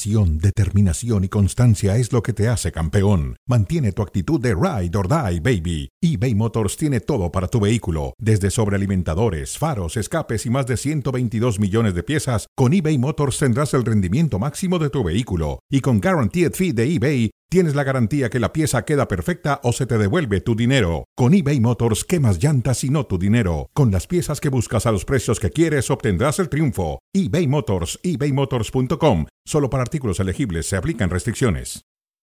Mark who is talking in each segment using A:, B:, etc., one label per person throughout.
A: Pasión, determinación y constancia es lo que te hace campeón. Mantiene tu actitud de ride or die, baby. eBay Motors tiene todo para tu vehículo, desde sobrealimentadores, faros, escapes y más de 122 millones de piezas. Con eBay Motors tendrás el rendimiento máximo de tu vehículo. Y con Guaranteed Fee de eBay, tienes la garantía que la pieza queda perfecta o se te devuelve tu dinero. Con eBay Motors, quemas llantas y no tu dinero. Con las piezas que buscas a los precios que quieres, obtendrás el triunfo. eBay Motors, ebaymotors.com. Solo para artículos elegibles se aplican restricciones.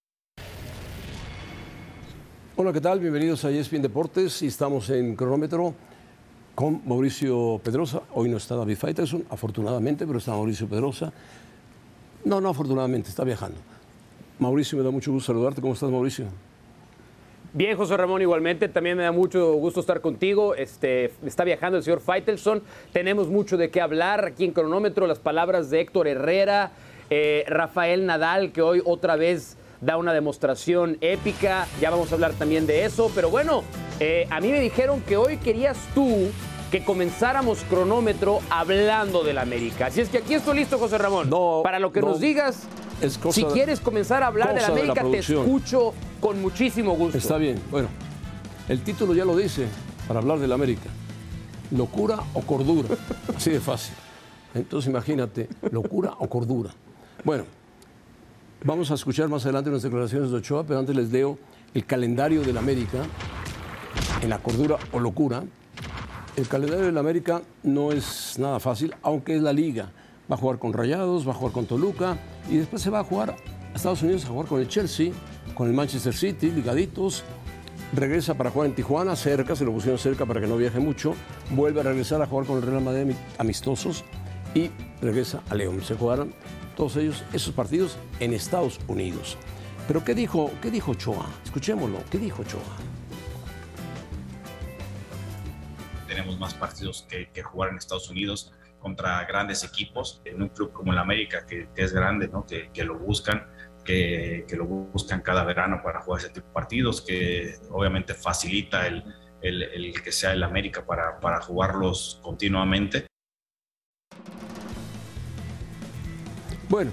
B: Hola, ¿qué tal? Bienvenidos a ESPN Deportes y estamos en cronómetro con Mauricio Pedrosa. Hoy no está David Faitelson, afortunadamente, pero está Mauricio Pedrosa. No afortunadamente, está viajando. Mauricio, me da mucho gusto saludarte. ¿Cómo estás, Mauricio?
C: Bien, José Ramón, igualmente. También me da mucho gusto estar contigo. Está viajando el señor Faitelson. Tenemos mucho de qué hablar aquí en cronómetro. Las palabras de Héctor Herrera, Rafael Nadal, que hoy otra vez da una demostración épica. Ya vamos a hablar también de eso. Pero bueno, a mí me dijeron que hoy querías tú que comenzáramos cronómetro hablando del América. Así es que aquí estoy listo, José Ramón. Para lo que nos digas. Si quieres comenzar a hablar del América, te escucho con muchísimo gusto.
B: Está bien. Bueno, el título ya lo dice, para hablar del América. Locura o cordura. Así de fácil. Entonces imagínate, locura o cordura. Bueno, vamos a escuchar más adelante unas declaraciones de Ochoa, pero antes les leo el calendario del América, en la cordura o locura. El calendario del América no es nada fácil, aunque es la liga. Va a jugar con Rayados, va a jugar con Toluca y después se va a jugar a Estados Unidos a jugar con el Chelsea, con el Manchester City, ligaditos. Regresa para jugar en Tijuana, cerca, se lo pusieron cerca para que no viaje mucho. Vuelve a regresar a jugar con el Real Madrid amistosos y regresa a León. Se jugaron todos esos partidos en Estados Unidos. Pero ¿qué dijo Ochoa? Escuchémoslo. ¿Qué dijo Ochoa?
D: Tenemos más partidos que jugar en Estados Unidos contra grandes equipos, en un club como el América, que es grande, ¿no? que lo buscan, que lo buscan cada verano para jugar ese tipo de partidos, que obviamente facilita el que sea el América para jugarlos continuamente.
B: Bueno,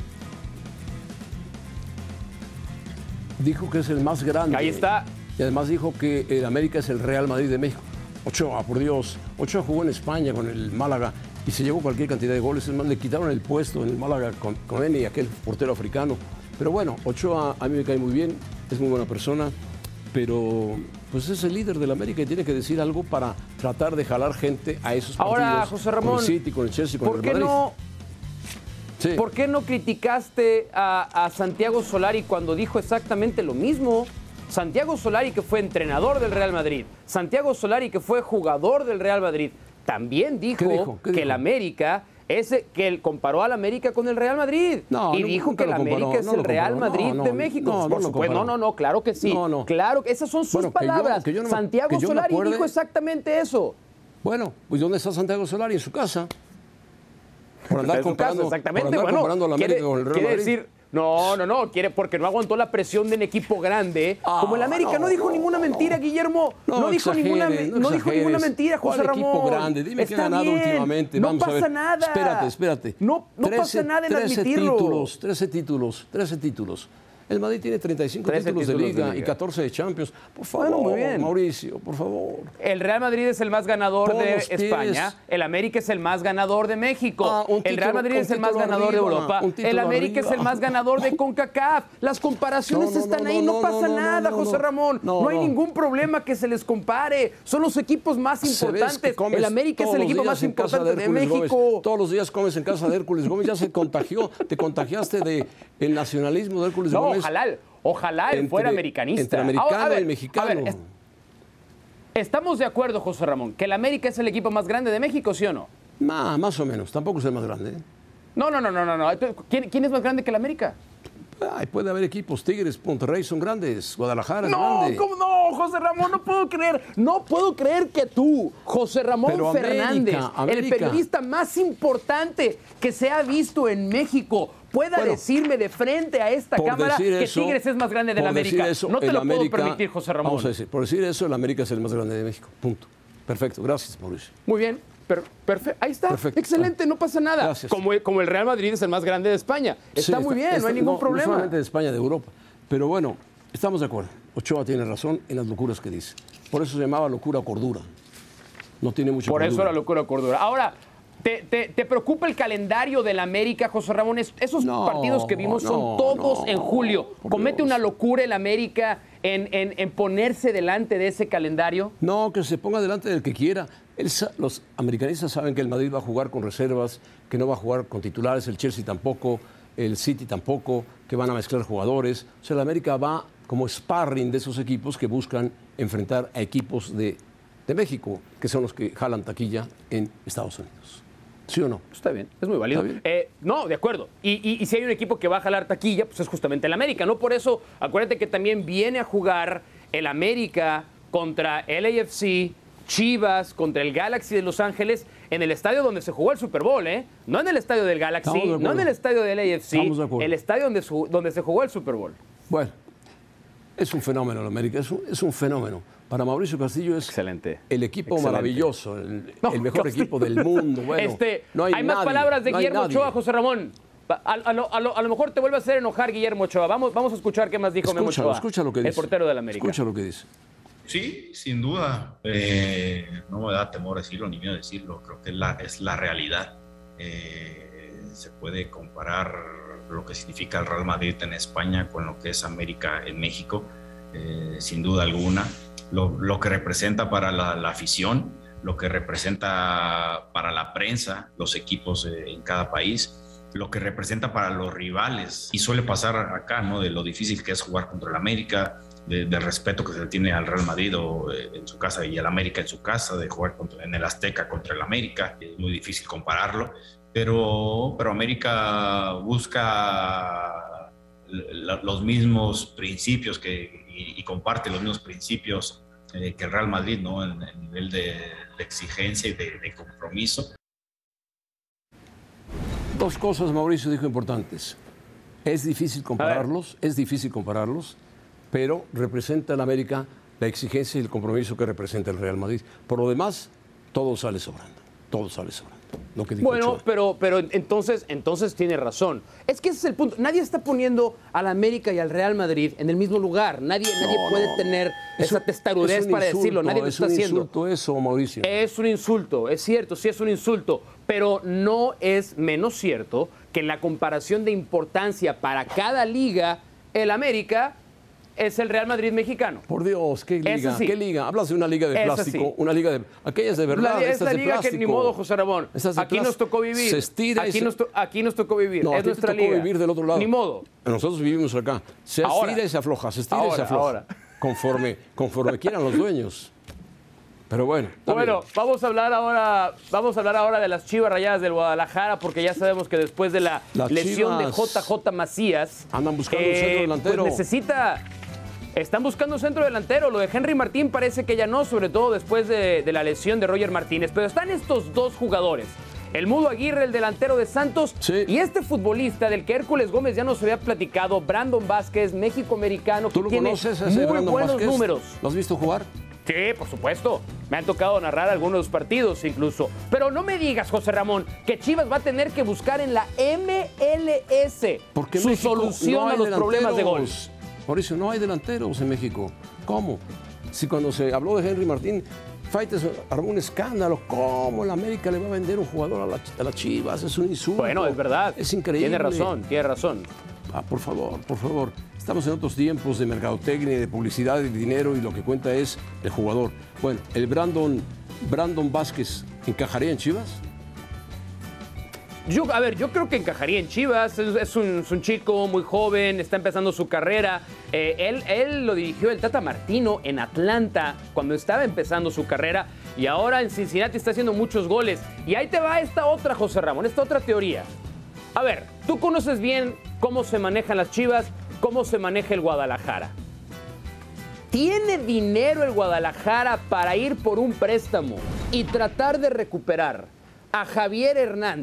B: dijo que es el más grande.
C: Ahí está.
B: Y además dijo que el América es el Real Madrid de México. Ochoa, por Dios. Ochoa jugó en España con el Málaga y se llevó cualquier cantidad de goles. Es más, le quitaron el puesto en el Málaga con él y aquel portero africano. Pero bueno, Ochoa a mí me cae muy bien, es muy buena persona, pero pues es el líder del América y tiene que decir algo para tratar de jalar gente a esos partidos.
C: Ahora, José Ramón,
B: con el City, con el Chelsea, con el Real Madrid. Sí.
C: ¿Por qué no criticaste a Santiago Solari cuando dijo exactamente lo mismo? Santiago Solari, que fue entrenador del Real Madrid, Santiago Solari, que fue jugador del Real Madrid, también dijo que el América que él comparó al América con el Real Madrid. Dijo que el América es el Real Madrid de México. Por supuesto, claro que sí. Claro, esas son sus palabras. Santiago Solari dijo exactamente eso.
B: Bueno, pues ¿dónde está Santiago Solari? En su casa. Por andar comparando,
C: exactamente.
B: Comparando al América con el Real Madrid.
C: Decir, porque no aguantó la presión de un equipo grande. Como el América no dijo ninguna mentira, Guillermo. No dijo ninguna mentira, José Ramón.
B: Equipo grande, dime qué ha ganado últimamente.
C: No pasa nada.
B: Espérate.
C: No pasa nada en admitirlo.
B: 13 títulos. El Madrid tiene 35 títulos de Liga y 14 de Champions. Por favor, muy bien. Mauricio, por favor.
C: El Real Madrid es el más ganador de España. El América es el más ganador de México. El Real Madrid es el más ganador de Europa. El América es el más ganador de CONCACAF. Las comparaciones están ahí. No pasa nada, José Ramón. No hay ningún problema que se les compare. Son los equipos más importantes. El América es el equipo más importante de México.
B: Todos los días comes en casa de Hércules Gómez. Ya se contagió. Te contagiaste del nacionalismo de Hércules Gómez.
C: Ojalá él fuera americanista.
B: Entre americano y mexicano.
C: ¿Estamos de acuerdo, José Ramón, que el América es el equipo más grande de México, sí o no?
B: Más o menos. Tampoco es el más grande.
C: No. ¿Quién es más grande que el América?
B: Puede haber equipos. Tigres, Monterrey son grandes. Guadalajara es
C: grande.
B: grande.
C: ¿Cómo no, José Ramón? No puedo creer que tú, José Ramón Fernández, el periodista más importante que se ha visto en México, pueda decirme de frente a esta cámara que Tigres es más grande del América. No te lo puedo permitir, José Ramón.
B: Vamos a decir, por decir eso, el América es el más grande de México. Punto. Perfecto. Gracias, Mauricio.
C: Muy bien. Perfecto. Ahí está.
B: Perfecto.
C: Excelente, no pasa nada.
B: Gracias.
C: Como el Real Madrid es el más grande de España. Está muy bien, no hay ningún problema.
B: No solamente de España, de Europa. Pero bueno, estamos de acuerdo. Ochoa tiene razón en las locuras que dice. Por eso se llamaba locura o cordura. No tiene mucha
C: Por
B: cordura.
C: eso la locura o cordura. Ahora, ¿te preocupa el calendario del América, José Ramón? Esos partidos que vimos son todos en julio. ¿Comete una locura el América en ponerse delante de ese calendario?
B: No, que se ponga delante del que quiera. Los americanistas saben que el Madrid va a jugar con reservas, que no va a jugar con titulares, el Chelsea tampoco, el City tampoco, que van a mezclar jugadores. O sea, el América va como sparring de esos equipos que buscan enfrentar a equipos de México, que son los que jalan taquilla en Estados Unidos. ¿Sí o no?
C: Está bien, es muy válido. No, de acuerdo. Y si hay un equipo que va a jalar taquilla, pues es justamente el América. No por eso, acuérdate que también viene a jugar el América contra el LAFC, Chivas contra el Galaxy de Los Ángeles en el estadio donde se jugó el Super Bowl, ¿eh? No en el estadio del Galaxy, no en el estadio del LAFC, el estadio donde se jugó el Super Bowl.
B: Bueno, es un fenómeno el América, es un fenómeno. Para Mauricio Castillo es
C: excelente,
B: el equipo maravilloso, el mejor equipo del mundo. Bueno, no hay
C: más palabras de Guillermo Ochoa, José Ramón. A lo mejor te vuelve a hacer enojar Guillermo Ochoa. Vamos a escuchar qué más dijo Memo Ochoa,
B: escucha lo que dice.
C: El portero del América.
B: Escucha lo que dice.
D: Sí, sin duda. No me da temor decirlo ni miedo decirlo. Creo que es la realidad. Se puede comparar lo que significa el Real Madrid en España con lo que es América en México, sin duda alguna. Lo que representa para la afición, lo que representa para la prensa, los equipos en cada país, lo que representa para los rivales. Y suele pasar acá, ¿no? De lo difícil que es jugar contra el América, del respeto que se le tiene al Real Madrid en su casa y al América en su casa, de jugar en el Azteca contra el América. Es muy difícil compararlo, pero América busca los mismos principios y comparte los mismos principios que el Real Madrid, ¿no? En nivel de exigencia y de compromiso.
B: Dos cosas, Mauricio dijo importantes. Es difícil compararlos, pero representa en América la exigencia y el compromiso que representa el Real Madrid. Por lo demás, todo sale sobrando. Lo que dijo
C: bueno,
B: Ochoa.
C: pero entonces tiene razón. Es que ese es el punto. Nadie está poniendo al América y al Real Madrid en el mismo lugar. Nadie puede tener esa testarudez para decirlo. Nadie lo está haciendo.
B: Es un insulto eso, Mauricio.
C: Es un insulto, es cierto, sí es un insulto. Pero no es menos cierto que en la comparación de importancia para cada liga, el América es el Real Madrid mexicano.
B: Por Dios, ¿qué liga?
C: Sí.
B: ¿Qué liga? Hablas de una liga de plástico, una liga de... Aquellas de verdad,
C: es la liga que ni modo, José Ramón. Aquí nos tocó vivir.
B: Se estira
C: aquí nos tocó vivir.
B: No,
C: es nuestra liga.
B: Vivir del otro lado.
C: Ni modo.
B: Nosotros vivimos acá. Se estira y se afloja, se estira y se afloja.
C: Ahora.
B: Conforme quieran los dueños. Pero bueno.
C: Vamos a hablar ahora de las Chivas Rayadas del Guadalajara, porque ya sabemos que después de la lesión de JJ Macías,
B: andan buscando un centro delantero.
C: Pues están buscando un centro delantero. Lo de Henry Martín parece que ya no, sobre todo después de la lesión de Roger Martínez. Pero están estos dos jugadores. El Mudo Aguirre, el delantero de Santos, y este futbolista del que Hércules Gómez ya nos había platicado, Brandon Vázquez, México-americano, que tiene muy buenos números.
B: ¿Lo has visto jugar?
C: Sí, por supuesto. Me han tocado narrar algunos partidos incluso. Pero no me digas, José Ramón, que Chivas va a tener que buscar en la MLS su solución a los problemas de gol.
B: Mauricio, no hay delanteros en México. ¿Cómo? Si cuando se habló de Henry Martín, Faites armó un escándalo. ¿Cómo la América le va a vender un jugador a la Chivas? Es un insulto.
C: Bueno, es verdad.
B: Es increíble.
C: Tiene razón.
B: Por favor. Estamos en otros tiempos de mercadotecnia, de publicidad, de dinero, y lo que cuenta es el jugador. Bueno, el Brandon Vázquez, ¿encajaría en Chivas?
C: Yo creo que encajaría en Chivas. Es un chico muy joven, está empezando su carrera. Él lo dirigió el Tata Martino en Atlanta cuando estaba empezando su carrera, y ahora en Cincinnati está haciendo muchos goles. Y ahí te va esta otra, José Ramón, esta otra teoría. A ver, tú conoces bien cómo se manejan las Chivas, cómo se maneja el Guadalajara. ¿Tiene dinero el Guadalajara para ir por un préstamo y tratar de recuperar a Javier Hernández,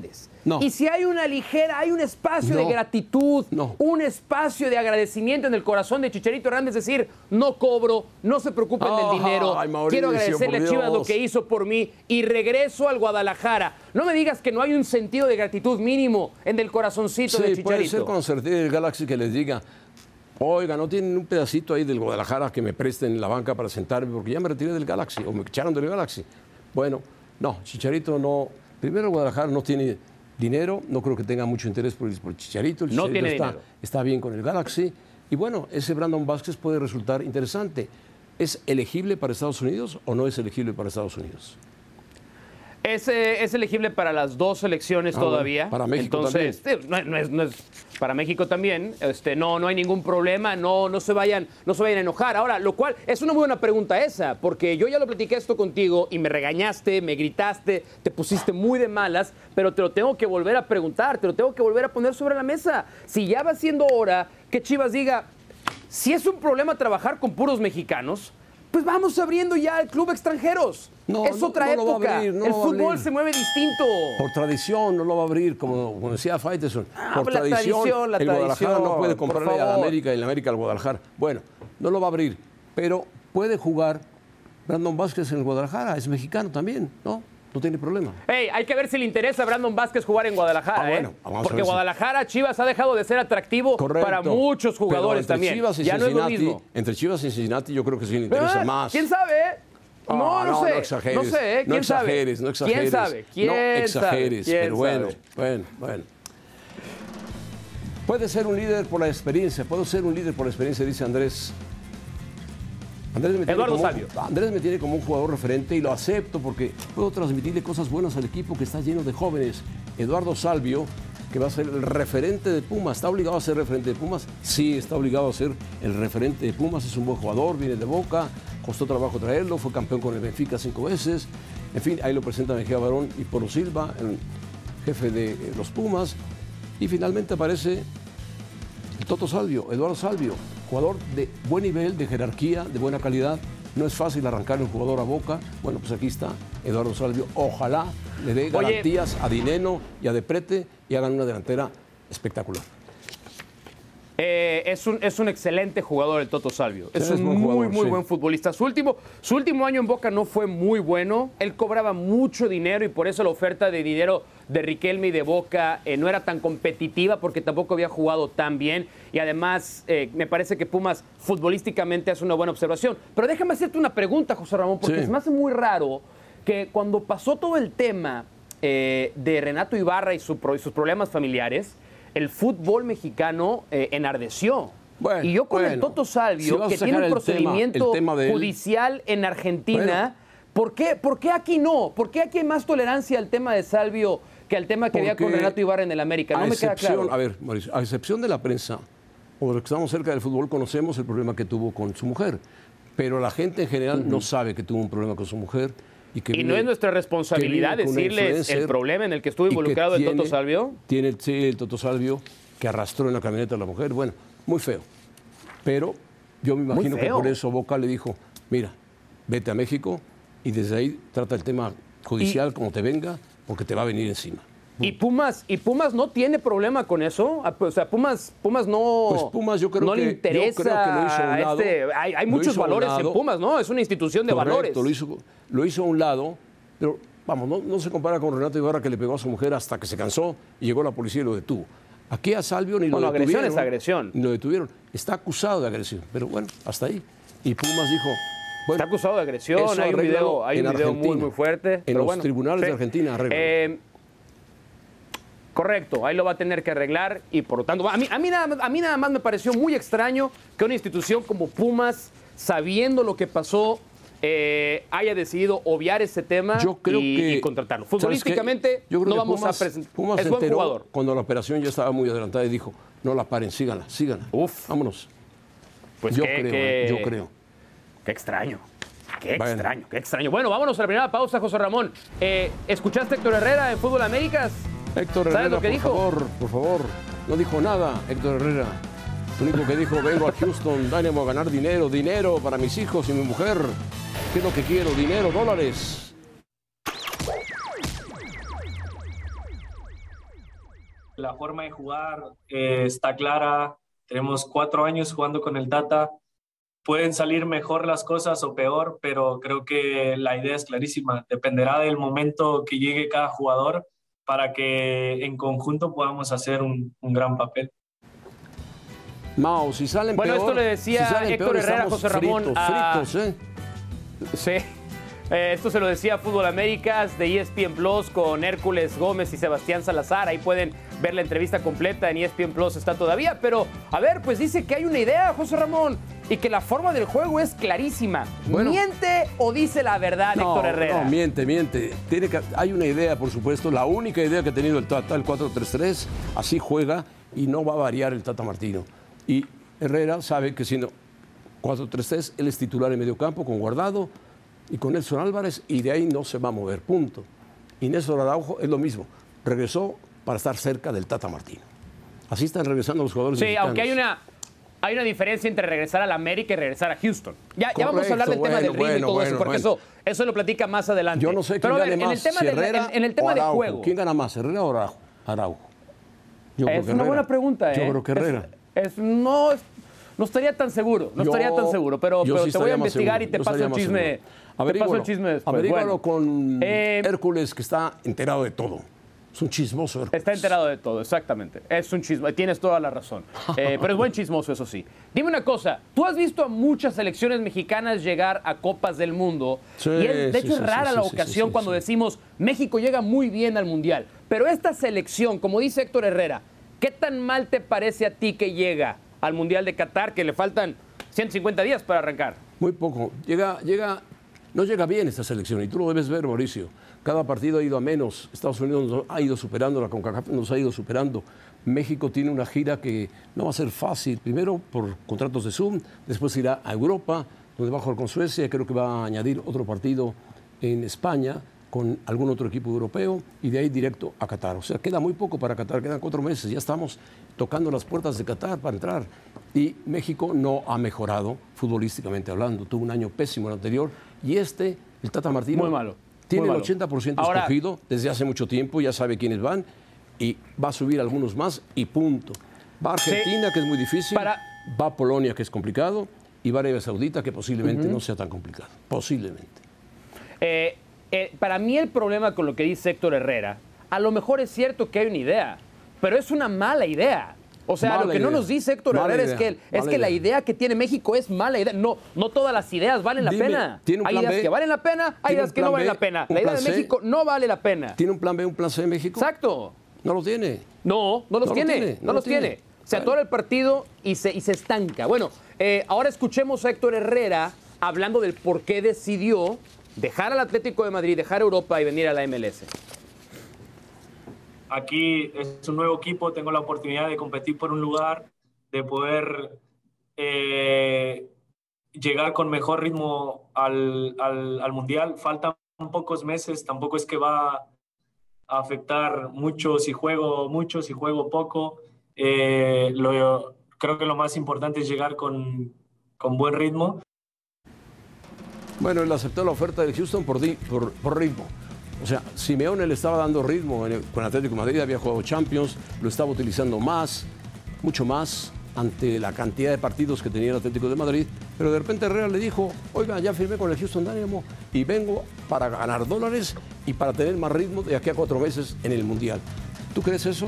B: No.
C: Y si hay hay un espacio
B: No.
C: de gratitud,
B: No.
C: un espacio de agradecimiento en el corazón de Chicharito Hernández, es decir, no cobro, no se preocupen del dinero,
B: Ay, Mauricio,
C: quiero agradecerle a
B: por
C: Chivas lo
B: Dios.
C: que hizo por mí y regreso al Guadalajara. No me digas que no hay un sentido de gratitud mínimo en el corazoncito de
B: Sí,
C: Chicharito.
B: puede ser con certeza el Galaxy que les diga, oiga, ¿no tienen un pedacito ahí del Guadalajara que me presten en la banca para sentarme? Porque ya me retiré del Galaxy, o me echaron del Galaxy. Bueno, no, Chicharito no. Primero, el Guadalajara no tiene dinero, no creo que tenga mucho interés por Chicharito. El
C: No
B: Chicharito
C: tiene
B: está,
C: dinero.
B: está bien con el Galaxy. Y bueno, ese Brandon Vázquez puede resultar interesante. ¿Es elegible para Estados Unidos o no es elegible para Estados Unidos?
C: Es elegible para las dos selecciones todavía.
B: Bueno, para México
C: entonces, no es para México también. No hay ningún problema. No se vayan a enojar. Ahora, lo cual es una muy buena pregunta esa, porque yo ya lo platiqué esto contigo y me regañaste, me gritaste, te pusiste muy de malas, pero te lo tengo que volver a preguntar, te lo tengo que volver a poner sobre la mesa. Si ya va siendo hora que Chivas diga, si es un problema trabajar con puros mexicanos, pues vamos abriendo ya el club extranjeros. Es otra
B: no lo va a
C: época.
B: abrir, no
C: el
B: lo va a
C: fútbol
B: abrir.
C: se mueve distinto.
B: Por tradición no lo va a abrir, como decía Faitelson. Por
C: pues la
B: tradición,
C: tradición, la
B: el Guadalajara no
C: tradición,
B: puede
C: por
B: comprarle a la
C: favor.
B: América y la América al Guadalajara. Bueno, no lo va a abrir, pero puede jugar Brandon Vázquez en el Guadalajara, es mexicano también, ¿no? No tiene problema.
C: Hey, hay que ver si le interesa a Brandon Vázquez jugar en Guadalajara,
B: Bueno, vamos a
C: porque
B: ver si-
C: Guadalajara, Chivas ha dejado de ser atractivo
B: Correcto.
C: para muchos jugadores
B: Pero entre
C: también.
B: Chivas y
C: Ya no es lo
B: Cincinnati,
C: mismo.
B: entre Chivas y Cincinnati yo creo que sí le interesa más.
C: ¿Quién sabe? No sé.
B: No exageres.
C: No sé, ¿quién sabe?
B: No exageres.
C: ¿Quién sabe? ¿Quién
B: no
C: sabe?
B: exageres,
C: ¿Quién
B: pero bueno,
C: sabe?
B: bueno. Puede ser un líder por la experiencia, dice Andrés.
C: Eduardo Salvio.
B: Andrés me tiene como un jugador referente y lo acepto porque puedo transmitirle cosas buenas al equipo que está lleno de jóvenes. Eduardo Salvio, que va a ser el referente de Pumas. ¿Está obligado a ser referente de Pumas? Sí, está obligado a ser el referente de Pumas. Es un buen jugador, viene de Boca, costó trabajo traerlo, fue campeón con el Benfica 5 veces. En fin, ahí lo presenta Mejía Barón y Polo Silva, el jefe de los Pumas. Y finalmente aparece el Toto Salvio, Eduardo Salvio, jugador de buen nivel, de jerarquía, de buena calidad. No es fácil arrancar un jugador a Boca. Bueno, pues aquí está Eduardo Salvio. Ojalá le dé garantías a Dineno y a Deprete y hagan una delantera espectacular.
C: Es un excelente jugador el Toto Salvio.
B: Sí,
C: es un
B: buen jugador,
C: muy
B: sí.
C: buen futbolista. Su último año en Boca no fue muy bueno. Él cobraba mucho dinero y por eso la oferta de dinero de Riquelme y de Boca no era tan competitiva porque tampoco había jugado tan bien. Y además me parece que Pumas futbolísticamente hace una buena observación. Pero déjame hacerte una pregunta, José Ramón, porque
B: Sí.
C: se me hace muy raro que cuando pasó todo el tema de Renato Ibarra y sus problemas familiares, el fútbol mexicano enardeció.
B: Bueno,
C: y yo con el
B: bueno,
C: Toto Salvio,
B: si vas a
C: que
B: sacar
C: tiene un
B: el
C: procedimiento
B: tema de él.
C: judicial en Argentina, ¿por qué aquí no? ¿Por qué aquí hay más tolerancia al tema de Salvio que al tema que había con
B: Porque
C: Renato Ibarra en el América? No me queda claro.
B: A ver, Mauricio, a excepción de la prensa, o de los que estamos cerca del fútbol, conocemos el problema que tuvo con su mujer. Pero la gente en general no sabe que tuvo un problema con su mujer. Y
C: no es nuestra responsabilidad
B: que vive con una
C: decirles el
B: influencer
C: problema en el que estuvo
B: y que
C: involucrado el Toto
B: tiene-
C: Salvio.
B: Tiene el Toto Salvio que arrastró en la camioneta a la mujer. Bueno, muy feo. Pero yo me imagino que
C: feo.
B: por eso Boca le dijo, mira, vete a México y desde ahí trata el tema judicial como te venga, porque te va a venir encima.
C: ¿Y Pumas no tiene problema con eso? O sea, Pumas no,
B: Pues Pumas yo creo
C: no le
B: que-
C: interesa.
B: yo creo que lo hizo a un lado.
C: Hay
B: Lo
C: muchos
B: hizo a un
C: valores en
B: lado.
C: Pumas, ¿no? Es una institución de
B: Correcto,
C: valores.
B: lo hizo a un lado, pero vamos, no se compara con Renato Ibarra que le pegó a su mujer hasta que se cansó y llegó la policía y lo detuvo. Aquí a Salvio ni lo
C: Bueno,
B: detuvieron.
C: agresión es agresión.
B: Ni lo detuvieron. Está acusado de agresión, pero bueno, hasta ahí. Y Pumas dijo, bueno,
C: Está acusado de agresión,
B: eso
C: hay un
B: arréglalo
C: video,
B: en
C: muy,
B: Argentina.
C: muy fuerte.
B: En
C: pero
B: los
C: bueno,
B: tribunales
C: sí.
B: de Argentina arréglalo.
C: Correcto, ahí lo va a tener que arreglar y por lo tanto, a mí nada más me pareció muy extraño que una institución como Pumas, sabiendo lo que pasó, haya decidido obviar ese tema
B: Yo creo
C: y
B: que
C: contratarlo.
B: ¿sabes qué?
C: Futbolísticamente
B: Yo creo
C: no
B: que
C: vamos
B: Pumas,
C: a presentar.
B: Pumas
C: Es
B: se
C: buen
B: enteró
C: jugador.
B: cuando la operación ya estaba muy adelantada y dijo, no la paren, síganla.
C: Uf.
B: Vámonos.
C: Pues
B: yo
C: qué
B: creo.
C: Qué extraño. Qué
B: Bueno.
C: extraño, qué extraño. Bueno, vámonos a la primera pausa, José Ramón. ¿Escuchaste a Héctor Herrera en Fútbol Américas?
B: Héctor
C: ¿Sabes
B: Herrera,
C: lo que dijo?
B: por favor, no dijo nada, Héctor Herrera. Lo único que dijo, vengo a Houston, Dynamo a ganar dinero para mis hijos y mi mujer. ¿Qué es lo que quiero? Dinero, dólares.
E: La forma de jugar está clara. Tenemos 4 años jugando con el Tata. Pueden salir mejor las cosas o peor, pero creo que la idea es clarísima. Dependerá del momento que llegue cada jugador para que en conjunto podamos hacer un gran papel.
B: Mao, si salen
C: bueno,
B: peor,
C: esto le decía
B: si salen
C: Héctor
B: peor,
C: Herrera,
B: estamos
C: José Ramón.
B: fritos, ¿eh?
C: Sí. Esto se lo decía Fútbol Américas de ESPN Plus con Hércules Gómez y Sebastián Salazar. Ahí pueden ver la entrevista completa en ESPN Plus, está todavía. Pero, a ver, pues dice que hay una idea, José Ramón, y que la forma del juego es clarísima. Bueno, ¿miente o dice la verdad, Héctor Herrera?
B: No, miente. Hay una idea, por supuesto. La única idea que ha tenido el Tata, el 4-3-3, así juega y no va a variar el Tata Martino. Y Herrera sabe que siendo 4-3-3, él es titular en medio campo con Guardado y con Nelson Álvarez, y de ahí no se va a mover, punto. Y Néstor Araujo es lo mismo, regresó para estar cerca del Tata Martino. Así están regresando los jugadores mexicanos.
C: Aunque hay una diferencia entre regresar a la América y regresar a Houston. Ya vamos a hablar del tema del ritmo y todo eso, porque eso lo platica más adelante.
B: Yo no sé quién gane más,
C: en el tema de juego.
B: ¿Quién gana más, Herrera o Araujo?
C: Es una buena pregunta, ¿eh?
B: Yo creo que Herrera.
C: No estaría tan seguro, pero te voy a investigar y te paso el chisme. Después.
B: Averígualo con Hércules, que está enterado de todo. Es un chismoso, Hércules.
C: Está enterado de todo, exactamente. Es un chismoso, tienes toda la razón. Pero es buen chismoso, eso sí. Dime una cosa, tú has visto a muchas selecciones mexicanas llegar a Copas del Mundo. Sí, y de hecho es rara la ocasión cuando decimos México llega muy bien al Mundial. Pero esta selección, como dice Héctor Herrera, ¿qué tan mal te parece a ti que llega al Mundial de Qatar, que le faltan 150 días para arrancar?
B: Muy poco. No llega bien esta selección, y tú lo debes ver, Mauricio. Cada partido ha ido a menos. Estados Unidos nos ha ido superando, la CONCACAF nos ha ido superando. México tiene una gira que no va a ser fácil. Primero por contratos de Zoom, después irá a Europa, donde va a jugar con Suecia. Creo que va a añadir otro partido en España con algún otro equipo europeo, y de ahí directo a Qatar. O sea, queda muy poco para Qatar, quedan 4 meses. Ya estamos tocando las puertas de Qatar para entrar. Y México no ha mejorado futbolísticamente hablando. Tuvo un año pésimo el anterior, y el Tata Martino,
C: muy malo.
B: Tiene el 80% escogido desde hace mucho tiempo, ya sabe quiénes van, y va a subir algunos más y punto. Va a Argentina, que es muy difícil, va a Polonia, que es complicado, y va a Arabia Saudita, que posiblemente no sea tan complicado. Posiblemente.
C: Para mí el problema con lo que dice Héctor Herrera, a lo mejor es cierto que hay una idea, pero es una mala idea. O sea, lo que no nos dice Héctor Herrera es que la idea que tiene México es mala idea. No todas las ideas valen la pena. Hay ideas que valen la pena, hay ideas que no valen la pena. La idea de México no vale la pena.
B: ¿Tiene un plan B, un plan C en México?
C: Exacto.
B: No lo tiene.
C: No los tiene. Se atora el partido y se estanca. Bueno, ahora escuchemos a Héctor Herrera hablando del por qué decidió dejar al Atlético de Madrid, dejar Europa y venir a la MLS.
E: Aquí es un nuevo equipo, tengo la oportunidad de competir por un lugar, de poder llegar con mejor ritmo al Mundial. Faltan pocos meses, tampoco es que va a afectar mucho si juego poco. Creo que lo más importante es llegar con buen ritmo.
B: Bueno, él aceptó la oferta de Houston por ritmo. O sea, Simeone le estaba dando ritmo con Atlético de Madrid, había jugado Champions, lo estaba utilizando mucho más, ante la cantidad de partidos que tenía el Atlético de Madrid, pero de repente Herrera le dijo, oiga, ya firmé con el Houston Dynamo y vengo para ganar dólares y para tener más ritmo de aquí a 4 meses en el Mundial. ¿Tú crees eso?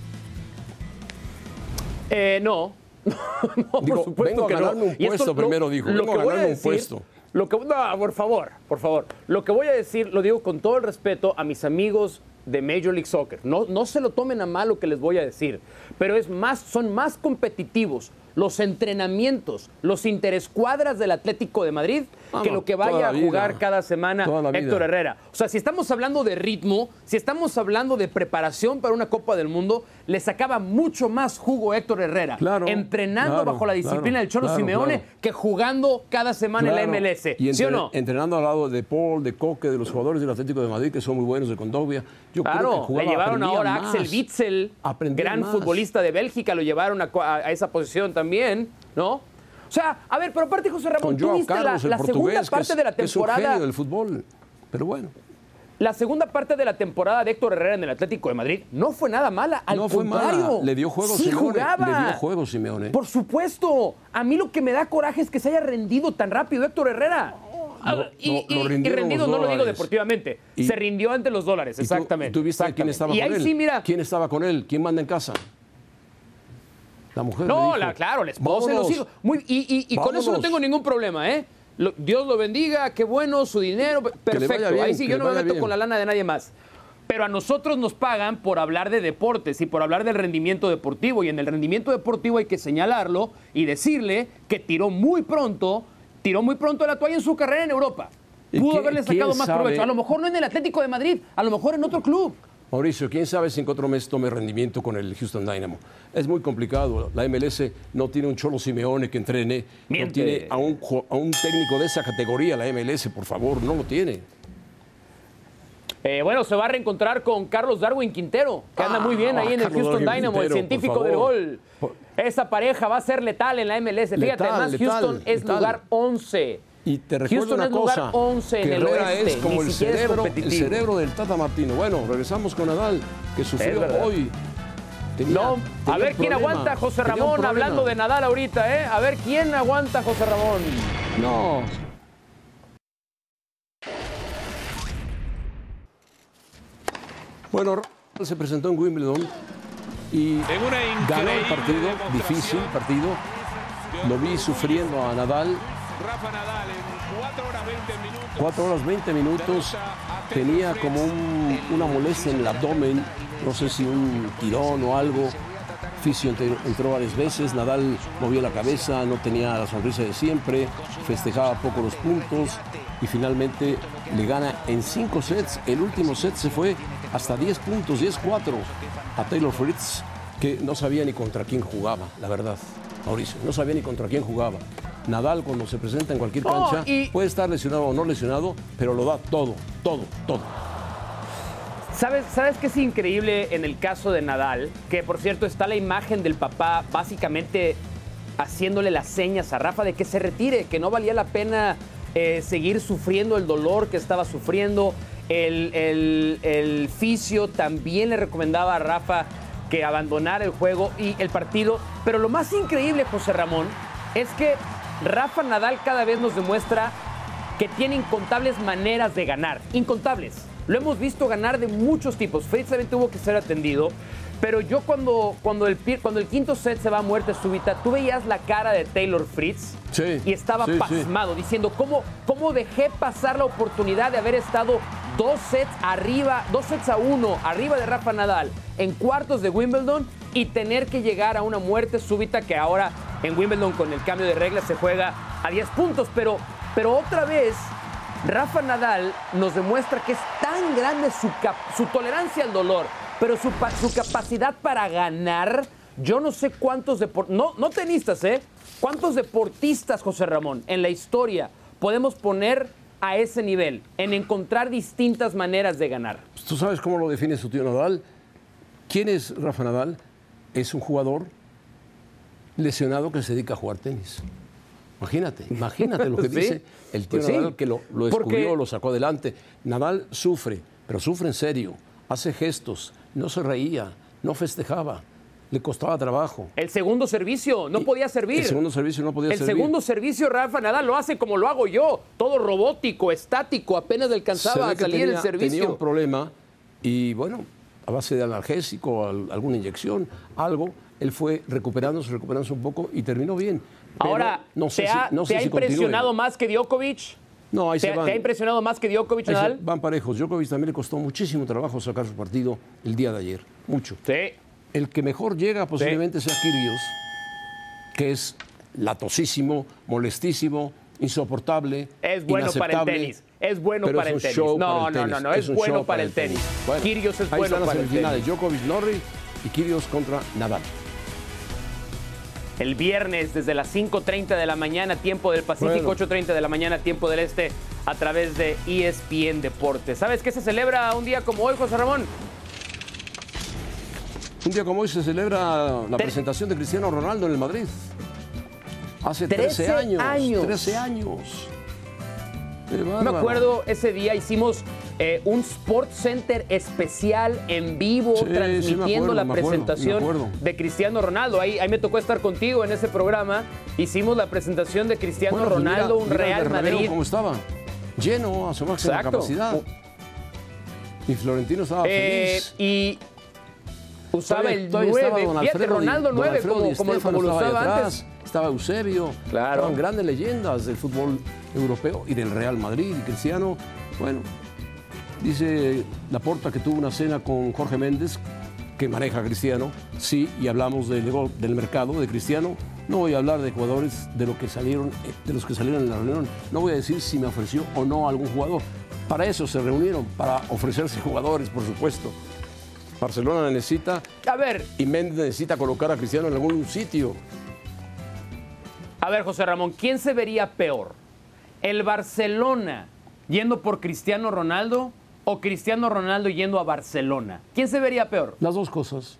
C: No.
B: Digo, por supuesto vengo a ganarme un puesto primero, dijo. Vengo a ganarme un puesto.
C: No, por favor. Lo que voy a decir, lo digo con todo el respeto a mis amigos de Major League Soccer. No se lo tomen a mal lo que les voy a decir, pero son más competitivos los entrenamientos, los interescuadras del Atlético de Madrid que lo que vaya a jugar cada semana Héctor Herrera. O sea, si estamos hablando de ritmo, si estamos hablando de preparación para una Copa del Mundo, le sacaba mucho más jugo Héctor Herrera entrenando bajo la disciplina del Cholo Simeone que jugando cada semana en la MLS.
B: Y
C: ¿Sí o no?
B: Entrenando al lado de Paul, de Coque, de los jugadores del Atlético de Madrid, que son muy buenos, de Condovia. Yo creo que jugaba,
C: le llevaron ahora a Axel Witsel, gran futbolista de Bélgica, lo llevaron a esa posición también, ¿no? O sea, a ver, pero aparte, José Ramón, tú viste la segunda parte de la temporada.
B: Es un genio del fútbol, pero bueno.
C: La segunda parte de la temporada de Héctor Herrera en el Atlético de Madrid no fue nada mala, al
B: No fue
C: contrario.
B: mala. Le dio juego
C: sí
B: Simeone.
C: jugaba.
B: Le dio juego Simeone.
C: Por supuesto. A mí lo que me da coraje es que se haya rendido tan rápido Héctor Herrera. Y rendido no lo digo deportivamente. Se rindió ante los dólares, exactamente.
B: ¿Tú viste quién estaba con él?
C: Sí, mira.
B: ¿Quién estaba con él? ¿Quién manda en casa? La mujer.
C: No,
B: le dijo,
C: claro, la esposa y los hijos. Y con eso no tengo ningún problema, ¿eh? Dios lo bendiga, qué bueno, su dinero, perfecto.
B: bien,
C: ahí sí, yo no me meto con la lana de nadie más. Pero a nosotros nos pagan por hablar de deportes y por hablar del rendimiento deportivo. Y en el rendimiento deportivo hay que señalarlo y decirle que tiró muy pronto la toalla en su carrera en Europa. Pudo haberle sacado más provecho. A lo mejor no en el Atlético de Madrid, a lo mejor en otro club.
B: Mauricio, ¿quién sabe si en 4 meses tome rendimiento con el Houston Dynamo? Es muy complicado. La MLS no tiene un Cholo Simeone que entrene.
C: Miente.
B: No tiene a un técnico de esa categoría, la MLS, por favor, no lo tiene.
C: Bueno, se va a reencontrar con Carlos Darwin Quintero, que anda muy bien ahí en el Houston Dynamo, el científico del gol. Esa pareja va a ser letal en la MLS. Fíjate, además Houston es lugar 11.
B: Y te recuerdo una cosa,
C: 11 en
B: que
C: el
B: Herrera
C: oeste,
B: es como el cerebro del Tata Martino. Bueno, regresamos con Nadal, que sufrió hoy.
C: A ver quién aguanta, José Ramón, hablando de Nadal ahorita, ¿eh? A ver quién aguanta, José Ramón.
B: No. Bueno, se presentó en Wimbledon y ganó el partido, difícil partido. Lo vi sufriendo a Nadal.
F: Rafa Nadal en
B: 4 horas 20 minutos. Tenía como una molestia en el abdomen, no sé si un tirón o algo. Fisio entró varias veces, Nadal movía la cabeza, no tenía la sonrisa de siempre, festejaba poco los puntos y finalmente le gana en 5 sets. El último set se fue hasta 10 puntos, 10-4 a Taylor Fritz, que no sabía ni contra quién jugaba, la verdad, Mauricio, no sabía ni contra quién jugaba. Nadal, cuando se presenta en cualquier cancha, puede estar lesionado o no lesionado, pero lo da todo.
C: ¿Sabes qué es increíble en el caso de Nadal? Que, por cierto, está la imagen del papá básicamente haciéndole las señas a Rafa de que se retire, que no valía la pena seguir sufriendo el dolor que estaba sufriendo. El fisio también le recomendaba a Rafa que abandonara el juego y el partido. Pero lo más increíble, José Ramón, es que Rafa Nadal cada vez nos demuestra que tiene incontables maneras de ganar. Incontables. Lo hemos visto ganar de muchos tipos. Fritz también tuvo que ser atendido. Pero yo cuando el quinto set se va a muerte súbita, tú veías la cara de Taylor Fritz y estaba pasmado, diciendo ¿cómo dejé pasar la oportunidad de haber estado 2 sets a 1 arriba de Rafa Nadal en cuartos de Wimbledon y tener que llegar a una muerte súbita que ahora en Wimbledon con el cambio de reglas se juega a 10 puntos? Pero otra vez Rafa Nadal nos demuestra que es tan grande su tolerancia al dolor, pero su capacidad para ganar. Yo no sé cuántos no tenistas, cuántos deportistas, José Ramón, en la historia podemos poner a ese nivel, en encontrar distintas maneras de ganar.
B: ¿Tú sabes cómo lo define su tío Nadal? ¿Quién es Rafa Nadal? Es un jugador lesionado que se dedica a jugar tenis. Imagínate lo que dice el tío Nadal, que lo descubrió, lo sacó adelante. Nadal sufre, pero sufre en serio. Hace gestos, no se reía, no festejaba, le costaba trabajo.
C: El segundo servicio no podía servir.
B: El segundo servicio no podía servir.
C: El segundo servicio Rafa Nadal lo hace como lo hago yo, todo robótico, estático, apenas alcanzaba a salir el servicio.
B: Tenía un problema y bueno, a base de analgésico, alguna inyección, algo, él fue recuperándose un poco y terminó bien. Pero
C: ahora,
B: no sé
C: ¿te ha impresionado más que Djokovic?
B: No, ahí se van.
C: ¿Te ha impresionado más que Djokovic, Nadal?
B: Van parejos. Djokovic también le costó muchísimo trabajo sacar su partido el día de ayer. Mucho.
C: Sí.
B: El que mejor llega posiblemente sea Kyrgios, que es latosísimo, molestísimo, insoportable,
C: es bueno para el tenis. Es bueno para el tenis. No, es bueno para el tenis. Bueno, Kyrgios es bueno para el tenis.
B: Djokovic, Norrie y Kyrgios contra Nadal.
C: El viernes desde las 5:30 de la mañana, tiempo del Pacífico, 8:30 de la mañana, tiempo del Este, a través de ESPN Deportes. ¿Sabes qué se celebra un día como hoy, José Ramón?
B: Un día como hoy se celebra la presentación de Cristiano Ronaldo en el Madrid. Hace 13 años. 13 años.
C: Me acuerdo, ese día hicimos un Sports Center especial en vivo, transmitiendo la presentación de Cristiano Ronaldo. Ahí me tocó estar contigo en ese programa. Hicimos la presentación de Cristiano Ronaldo, un Real Madrid.
B: ¿Cómo estaba? Lleno a su máxima capacidad. Y Florentino estaba feliz.
C: Y usaba el 9. Fíjate, Ronaldo 9 como lo usaba antes.
B: Estaba Eusebio.
C: Claro.
B: Estaban grandes leyendas del fútbol europeo y del Real Madrid. Y Cristiano, bueno, dice Laporta que tuvo una cena con Jorge Méndez, que maneja a Cristiano. Sí, y hablamos del mercado de Cristiano. No voy a hablar de jugadores de los que salieron en la reunión. No voy a decir si me ofreció o no algún jugador. Para eso se reunieron, para ofrecerse jugadores, por supuesto. Barcelona necesita, y Méndez necesita colocar a Cristiano en algún sitio.
C: A ver, José Ramón, ¿quién se vería peor? ¿El Barcelona yendo por Cristiano Ronaldo o Cristiano Ronaldo yendo a Barcelona? ¿Quién se vería peor?
B: Las dos cosas.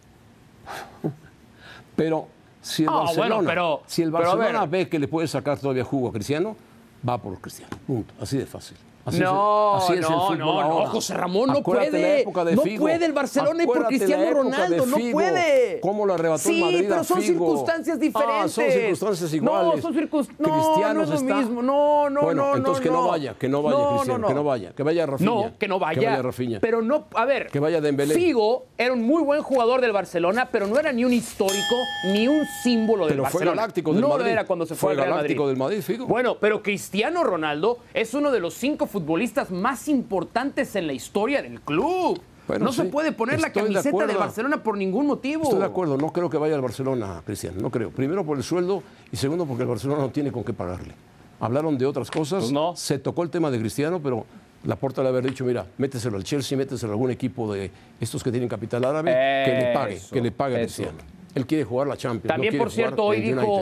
B: Pero si el Barcelona ve que le puede sacar todavía jugo a Cristiano, va por Cristiano. Punto. Así de fácil. Así es el fútbol ahora.
C: José Ramón, no
B: Acuérdate
C: puede.
B: la época de Figo.
C: No puede el Barcelona y por Cristiano Ronaldo, no puede.
B: ¿Cómo lo arrebató el Madrid a Figo?
C: Sí, pero son circunstancias diferentes.
B: Son circunstancias iguales.
C: No, son circunstancias. No es lo mismo.
B: Bueno, entonces que no vaya Cristiano, que no vaya. Que vaya Rafinha.
C: No, que no vaya.
B: Rafinha.
C: Pero no, a ver.
B: Que vaya Dembélé.
C: Figo era un muy buen jugador del Barcelona, pero no era ni un histórico, ni un símbolo del Barcelona.
B: Fue galáctico del Madrid.
C: No era cuando se fue al Real Madrid.
B: Galáctico del Madrid, Figo.
C: Bueno, pero Cristiano Ronaldo es uno de los 5 futbolistas más importantes en la historia del club.
B: Bueno,
C: no se puede poner la camiseta del Barcelona por ningún motivo.
B: Estoy de acuerdo, no creo que vaya al Barcelona, Cristiano, no creo. Primero por el sueldo y segundo porque el Barcelona no tiene con qué pagarle. Hablaron de otras cosas,
C: pues no.
B: Se tocó el tema de Cristiano, pero Laporta le haber dicho, mira, méteselo al Chelsea, méteselo a algún equipo de estos que tienen capital árabe, que le pague a Cristiano. Él quiere jugar la Champions.
C: También, por cierto, hoy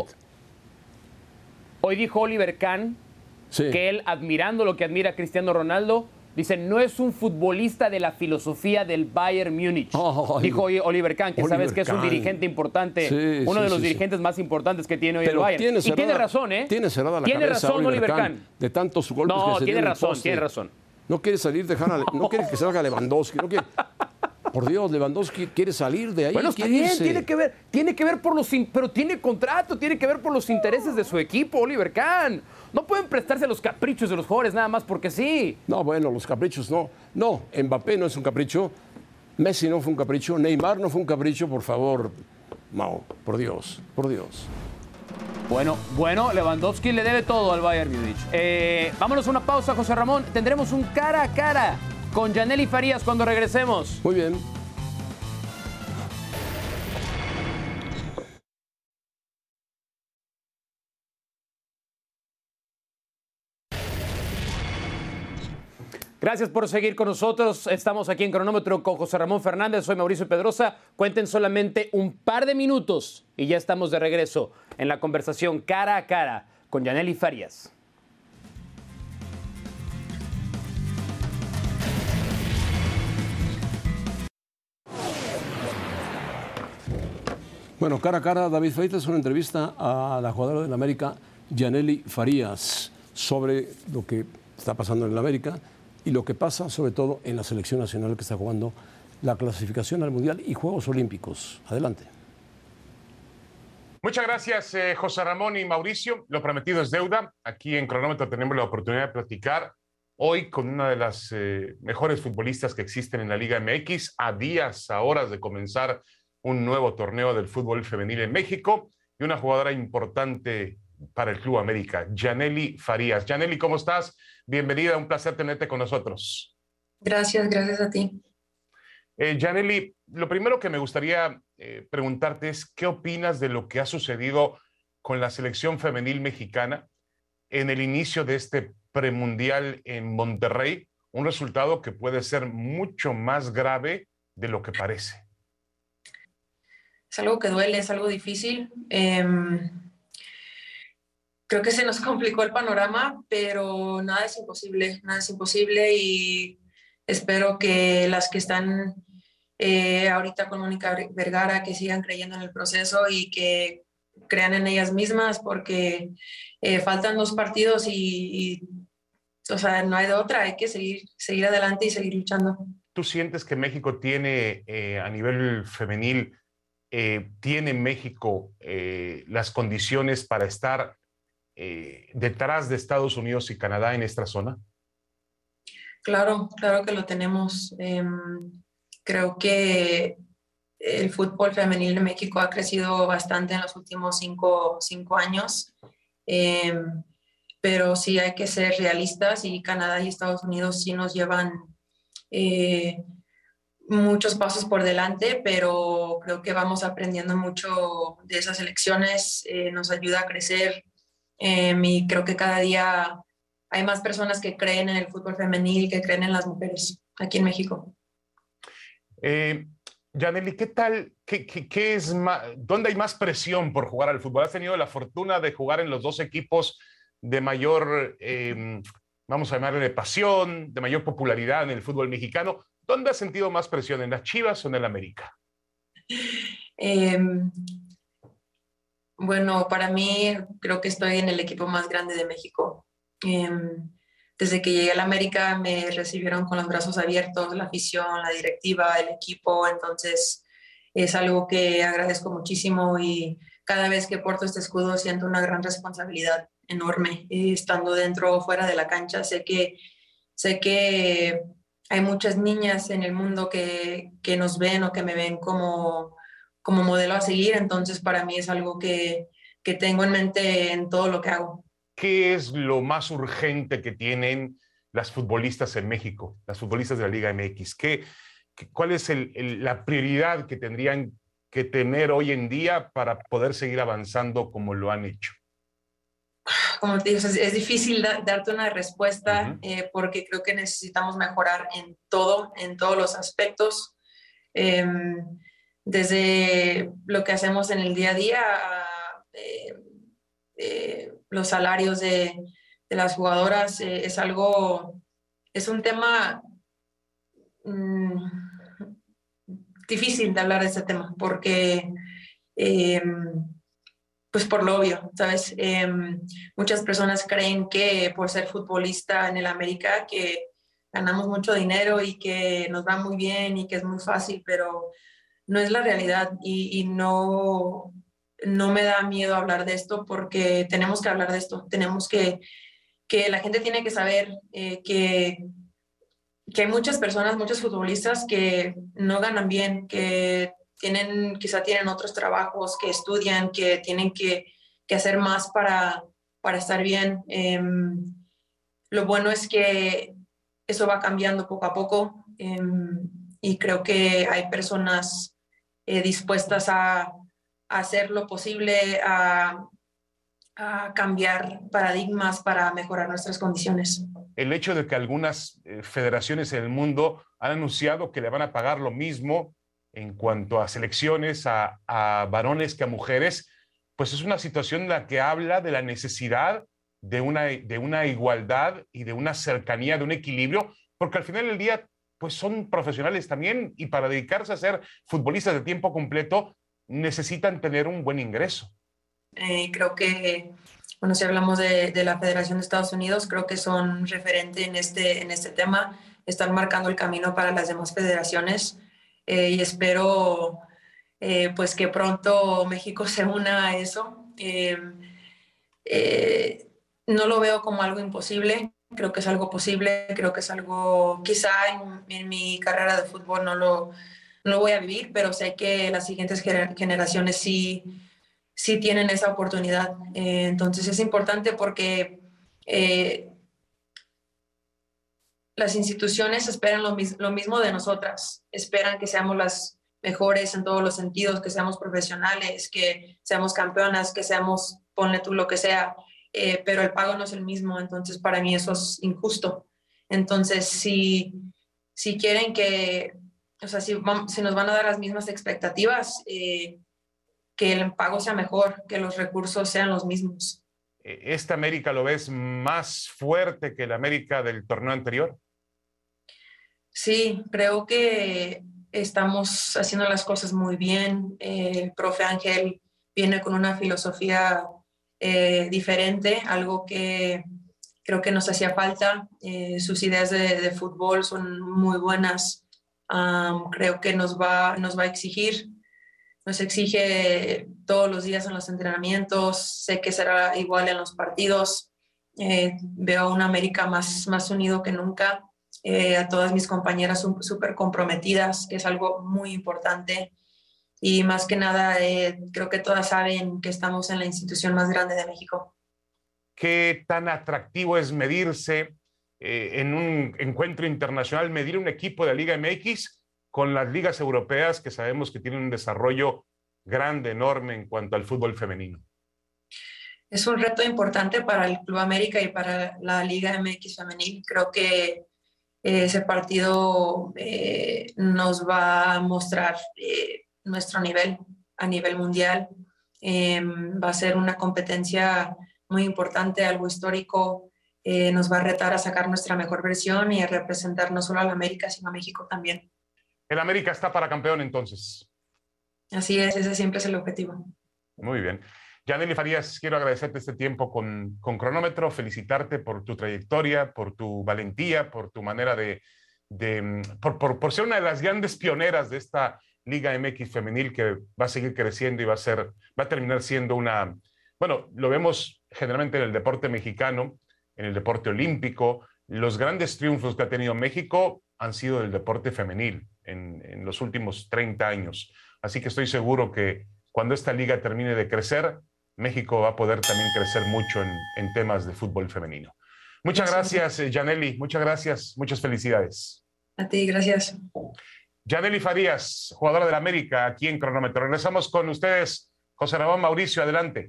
C: dijo Oliver Kahn que él, admirando lo que admira a Cristiano Ronaldo, dice, no es un futbolista de la filosofía del Bayern Múnich. Dijo hoy Oliver Kahn, que sabes que es un dirigente importante, uno de los dirigentes más importantes que tiene hoy el Bayern. Y tiene razón, ¿eh?
B: Tiene cerrada la cabeza
C: Tiene razón Oliver Kahn.
B: De tantos golpes que se
C: tiene
B: dio
C: razón.
B: No quiere salir, no quiere que salga Lewandowski, no quiere... Por Dios, Lewandowski quiere salir de ahí.
C: Bueno, está bien, tiene que ver por pero tiene contrato, tiene que ver por los intereses de su equipo, Oliver Kahn. No pueden prestarse a los caprichos de los jugadores nada más porque sí.
B: No, bueno, los caprichos no. No, Mbappé no es un capricho, Messi no fue un capricho, Neymar no fue un capricho, por favor. No, por Dios.
C: Bueno, Lewandowski le debe todo al Bayern Múnich. Vámonos a una pausa, José Ramón. Tendremos un cara a cara con Yanely Farías cuando regresemos.
B: Muy bien.
C: Gracias por seguir con nosotros. Estamos aquí en Cronómetro con José Ramón Fernández. Soy Mauricio Pedrosa. Cuenten solamente un par de minutos y ya estamos de regreso en la conversación cara a cara con Yanely Farías.
B: Bueno, cara a cara, David Feita, es una entrevista a la jugadora del América, Yanely Farías, sobre lo que está pasando en el América y lo que pasa sobre todo en la selección nacional que está jugando la clasificación al Mundial y Juegos Olímpicos. Adelante.
G: Muchas gracias, José Ramón y Mauricio. Lo prometido es deuda. Aquí en Cronómetro tenemos la oportunidad de platicar hoy con una de las mejores futbolistas que existen en la Liga MX, a horas de comenzar un nuevo torneo del fútbol femenil en México y una jugadora importante para el Club América, Yanely Farías. Yanely, ¿cómo estás? Bienvenida, un placer tenerte con nosotros.
H: Gracias a ti.
G: Yanely, lo primero que me gustaría preguntarte es ¿qué opinas de lo que ha sucedido con la selección femenil mexicana en el inicio de este premundial en Monterrey? Un resultado que puede ser mucho más grave de lo que parece.
H: Es algo que duele, es algo difícil. Creo que se nos complicó el panorama, pero nada es imposible y espero que las que están ahorita con Mónica Vergara que sigan creyendo en el proceso y que crean en ellas mismas porque faltan 2 partidos y O sea, no hay de otra, hay que seguir adelante y seguir luchando.
G: ¿Tú sientes que México tiene, a nivel femenil, tiene México las condiciones para estar detrás de Estados Unidos y Canadá en esta zona?
H: Claro que lo tenemos. Creo que el fútbol femenil de México ha crecido bastante en los últimos cinco años, pero sí hay que ser realistas y Canadá y Estados Unidos sí nos llevan muchos pasos por delante, pero creo que vamos aprendiendo mucho de esas elecciones, nos ayuda a crecer y creo que cada día hay más personas que creen en el fútbol femenil, que creen en las mujeres aquí en México.
G: Yanely, ¿qué tal? ¿Qué es más, ¿dónde hay más presión por jugar al fútbol? ¿Has tenido la fortuna de jugar en los dos equipos de mayor, vamos a llamarle pasión, de mayor popularidad en el fútbol mexicano? ¿Dónde has sentido más presión, en las Chivas o en el América?
H: Bueno, para mí creo que estoy en el equipo más grande de México. Desde que llegué a la América me recibieron con los brazos abiertos, la afición, la directiva, el equipo, entonces es algo que agradezco muchísimo y cada vez que porto este escudo siento una gran responsabilidad enorme. Estando dentro o fuera de la cancha, sé que hay muchas niñas en el mundo que nos ven o que me ven como modelo a seguir, entonces para mí es algo que tengo en mente en todo lo que hago.
G: ¿Qué es lo más urgente que tienen las futbolistas en México, las futbolistas de la Liga MX? ¿Cuál es la prioridad que tendrían que tener hoy en día para poder seguir avanzando como lo han hecho?
H: Como te digo, es difícil darte una respuesta porque creo que necesitamos mejorar en todos los aspectos, desde lo que hacemos en el día a día, los salarios de las jugadoras, es un tema difícil de hablar de este tema porque pues por lo obvio, ¿sabes? Muchas personas creen que por ser futbolista en el América que ganamos mucho dinero y que nos va muy bien y que es muy fácil, pero no es la realidad y no me da miedo hablar de esto porque tenemos que hablar de esto. Tenemos que la gente tiene que saber que hay muchas personas, muchos futbolistas que no ganan bien, que quizá tienen otros trabajos, que estudian, que tienen que hacer más para estar bien. Lo bueno es que eso va cambiando poco a poco y creo que hay personas dispuestas a hacer lo posible, a cambiar paradigmas para mejorar nuestras condiciones.
G: El hecho de que algunas federaciones en el mundo han anunciado que le van a pagar lo mismo en cuanto a selecciones a varones que a mujeres, pues es una situación en la que habla de la necesidad de una igualdad y de una cercanía, de un equilibrio, porque al final del día pues son profesionales también y para dedicarse a ser futbolistas de tiempo completo necesitan tener un buen ingreso.
H: Creo que, bueno, si hablamos de la Federación de Estados Unidos, creo que son referente en este tema, están marcando el camino para las demás federaciones. Y espero pues que pronto México se una a eso. No lo veo como algo imposible, creo que es algo posible, creo que es algo, quizá en mi carrera de fútbol no lo voy a vivir, pero sé que las siguientes generaciones sí tienen esa oportunidad. Entonces es importante porque las instituciones esperan lo mismo de nosotras, esperan que seamos las mejores en todos los sentidos, que seamos profesionales, que seamos campeonas, que seamos, ponle tú lo que sea, pero el pago no es el mismo, entonces para mí eso es injusto. Entonces, si quieren que, o sea, si nos van a dar las mismas expectativas, que el pago sea mejor, que los recursos sean los mismos.
G: ¿Esta América lo ves más fuerte que la América del torneo anterior?
H: Sí, creo que estamos haciendo las cosas muy bien. El profe Ángel viene con una filosofía diferente, algo que creo que nos hacía falta. Sus ideas de fútbol son muy buenas. Creo que nos va a exigir. Nos exige todos los días en los entrenamientos. Sé que será igual en los partidos. Veo a una América más unido que nunca. A todas mis compañeras súper comprometidas, que es algo muy importante. Y más que nada, creo que todas saben que estamos en la institución más grande de México.
G: ¿Qué tan atractivo es medirse en un encuentro internacional, medir un equipo de la Liga MX con las ligas europeas que sabemos que tienen un desarrollo grande, enorme en cuanto al fútbol femenino?
H: Es un reto importante para el Club América y para la Liga MX femenil. Creo que ese partido nos va a mostrar nuestro nivel a nivel mundial. Va a ser una competencia muy importante, algo histórico. Nos va a retar a sacar nuestra mejor versión y a representar no solo a la América, sino a México también.
G: El América está para campeón entonces.
H: Así es, ese siempre es el objetivo. Muy
G: bien. Yanely Farías, quiero agradecerte este tiempo con Cronómetro, felicitarte por tu trayectoria, por tu valentía, por tu manera por ser una de las grandes pioneras de esta Liga MX femenil que va a seguir creciendo y va a terminar siendo bueno, lo vemos generalmente en el deporte mexicano, en el deporte olímpico. Los grandes triunfos que ha tenido México han sido del deporte femenil en los últimos 30 años. Así que estoy seguro que cuando esta liga termine de crecer, México va a poder también crecer mucho en temas de fútbol femenino. Muchas gracias, Yanely. Muchas gracias. Muchas felicidades.
H: A ti, gracias.
G: Yanely Farías, jugadora del América, aquí en Cronómetro. Regresamos con ustedes. José Ramón, Mauricio, adelante.